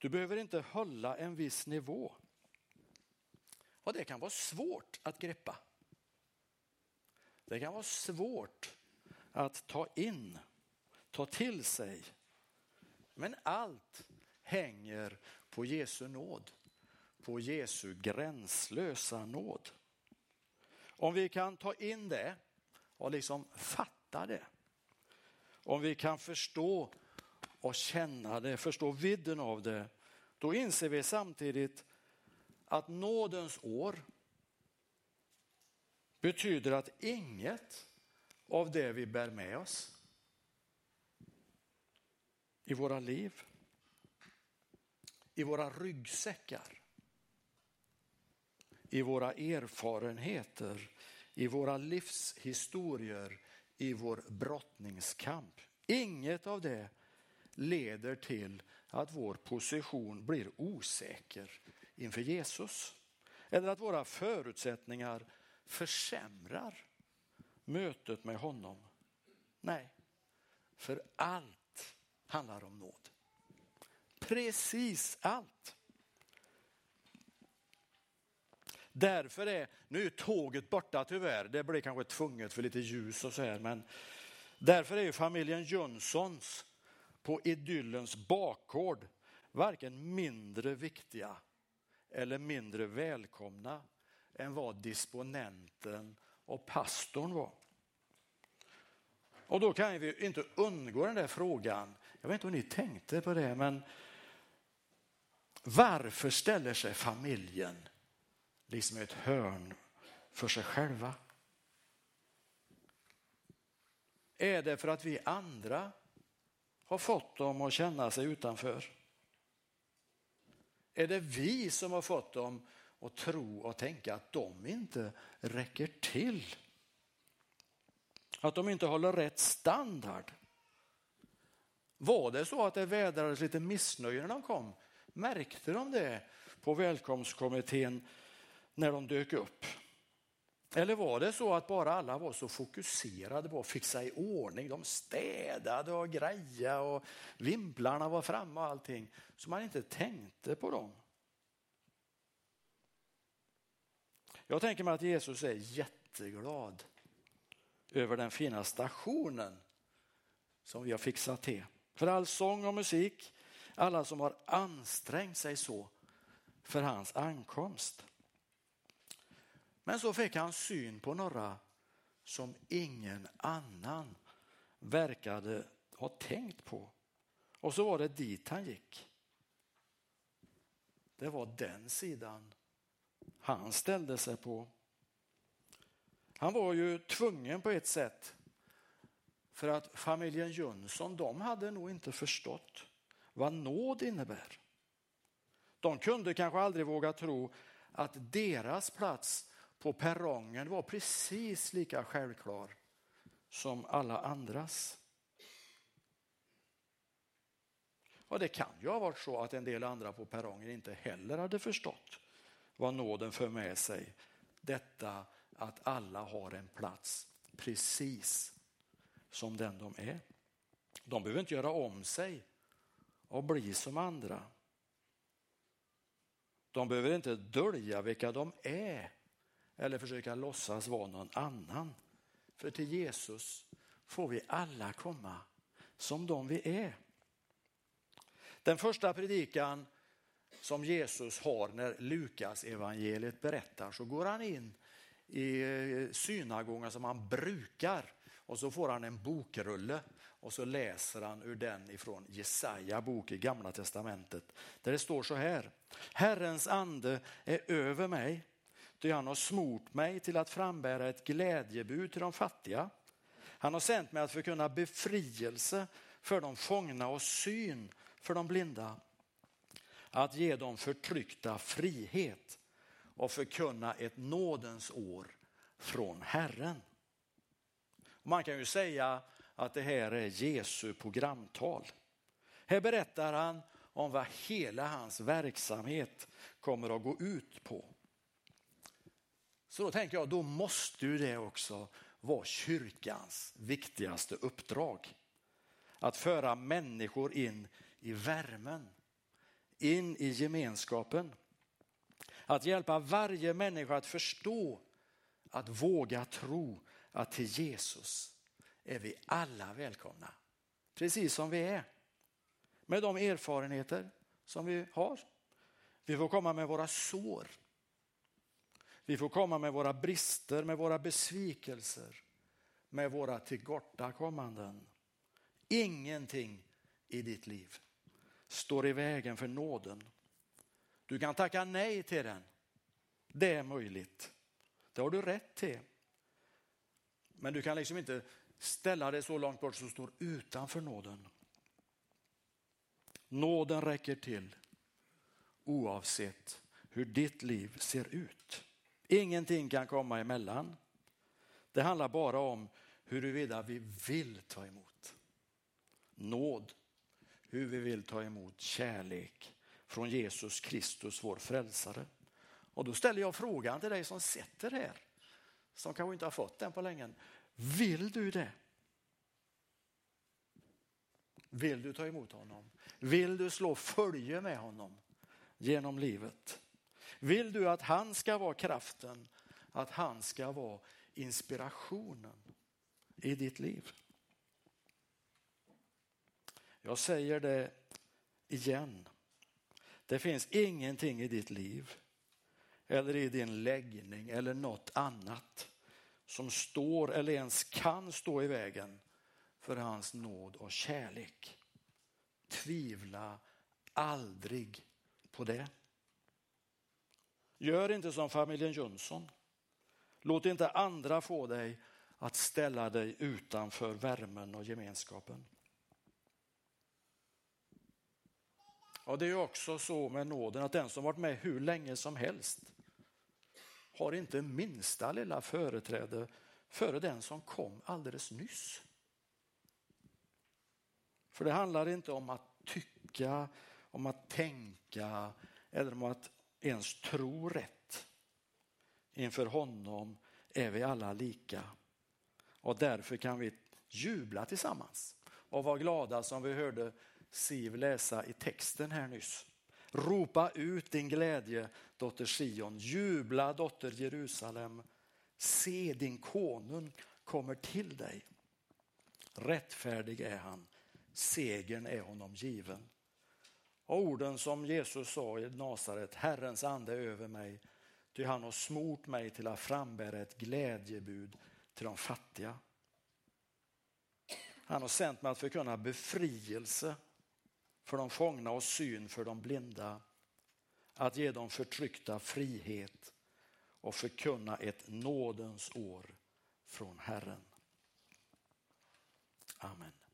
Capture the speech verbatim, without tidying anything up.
Du behöver inte hålla en viss nivå. Och det kan vara svårt att greppa. Det kan vara svårt att ta in, ta till sig. Men allt hänger på Jesu nåd. På Jesu gränslösa nåd. Om vi kan ta in det och liksom fatta det. Om vi kan förstå och känna det, förstå vidden av det. Då inser vi samtidigt att nådens år betyder att inget av det vi bär med oss i våra liv, i våra ryggsäckar, i våra erfarenheter, i våra livshistorier, i vår brottningskamp. Inget av det leder till att vår position blir osäker inför Jesus. Eller att våra förutsättningar försämrar mötet med honom. Nej, för allt handlar om nåd. Precis allt. Därför är, nu är tåget borta tyvärr, det blir kanske tvunget för lite ljus och så här, men därför är ju familjen Jönssons på idyllens bakgård varken mindre viktiga eller mindre välkomna än vad disponenten och pastorn var. Och då kan vi inte undgå den där frågan. Jag vet inte om ni tänkte på det, men varför ställer sig familjen liksom ett hörn för sig själva? Är det för att vi andra har fått dem att känna sig utanför? Är det vi som har fått dem att tro och tänka att de inte räcker till? Att de inte håller rätt standard? Var det så att det vädrades lite missnöje när de kom? Märkte de det på välkomstkommittén när de dök upp? Eller var det så att bara alla var så fokuserade på att fixa i ordning? De städade och grejade och vimplarna var framme och allting. Så man inte tänkte på dem. Jag tänker mig att Jesus är jätteglad över den fina stationen som vi har fixat till. För all sång och musik, alla som har ansträngt sig så för hans ankomst. Men så fick han syn på några som ingen annan verkade ha tänkt på. Och så var det dit han gick. Det var den sidan han ställde sig på. Han var ju tvungen på ett sätt, för att familjen Jönsson, de hade nog inte förstått vad nåd innebär. De kunde kanske aldrig våga tro att deras plats på perrongen var precis lika självklar som alla andras. Och det kan ju ha varit så att en del andra på perrongen inte heller hade förstått vad nåden för med sig. Detta att alla har en plats precis som den de är. De behöver inte göra om sig och bli som andra. De behöver inte dölja vilka de är eller försöka låtsas vara någon annan. För till Jesus får vi alla komma som de vi är. Den första predikan som Jesus har när Lukas evangeliet berättar, så går han in i synagogan som han brukar och så får han en bokrulle och så läser han ur den ifrån Jesaja bok i Gamla testamentet, där det står så här: Herrens ande är över mig, då han har smort mig till att frambära ett glädjebud till de fattiga. Han har sänt mig att förkunna befrielse för de fångna och syn för de blinda, att ge dem förtryckta frihet och förkunna ett nådens år från Herren. Man kan ju säga att det här är Jesu programtal. Här berättar han om vad hela hans verksamhet kommer att gå ut på. Så då tänker jag, då måste ju det också vara kyrkans viktigaste uppdrag. Att föra människor in i värmen, in i gemenskapen. Att hjälpa varje människa att förstå, att våga tro att till Jesus är vi alla välkomna. Precis som vi är. Med de erfarenheter som vi har. Vi får komma med våra sår. Vi får komma med våra brister, med våra besvikelser, med våra tillkortakommanden. Ingenting i ditt liv står i vägen för nåden. Du kan tacka nej till den. Det är möjligt. Det har du rätt till. Men du kan liksom inte ställa dig så långt bort som står utanför nåden. Nåden räcker till oavsett hur ditt liv ser ut. Ingenting kan komma emellan. Det handlar bara om huruvida vi vill ta emot nåd. Hur vi vill ta emot kärlek från Jesus Kristus, vår frälsare. Och då ställer jag frågan till dig som sitter här, som kanske inte har fått den på länge. Vill du det? Vill du ta emot honom? Vill du slå följe med honom genom livet? Vill du att han ska vara kraften, att han ska vara inspirationen i ditt liv? Jag säger det igen. Det finns ingenting i ditt liv eller i din läggning eller något annat som står eller ens kan stå i vägen för hans nåd och kärlek. Tvivla aldrig på det. Gör inte som familjen Jönsson. Låt inte andra få dig att ställa dig utanför värmen och gemenskapen. Och det är också så med nåden att den som varit med hur länge som helst har inte minsta lilla företräde före den som kom alldeles nyss. För det handlar inte om att tycka, om att tänka eller om att ens tro rätt. Inför honom är vi alla lika. Och därför kan vi jubla tillsammans och vara glada, som vi hörde Siv läsa i texten här nyss. Ropa ut din glädje, dotter Sion. Jubla, dotter Jerusalem. Se, din konung kommer till dig. Rättfärdig är han. Segern är honom given. Och orden som Jesus sa i Nasaret: Herrens ande är över mig, ty han har smort mig till att frambära ett glädjebud till de fattiga. Han har sänt mig att förkunna befrielse för de fångna och syn för de blinda, att ge dem förtryckta frihet och förkunna ett nådens år från Herren. Amen.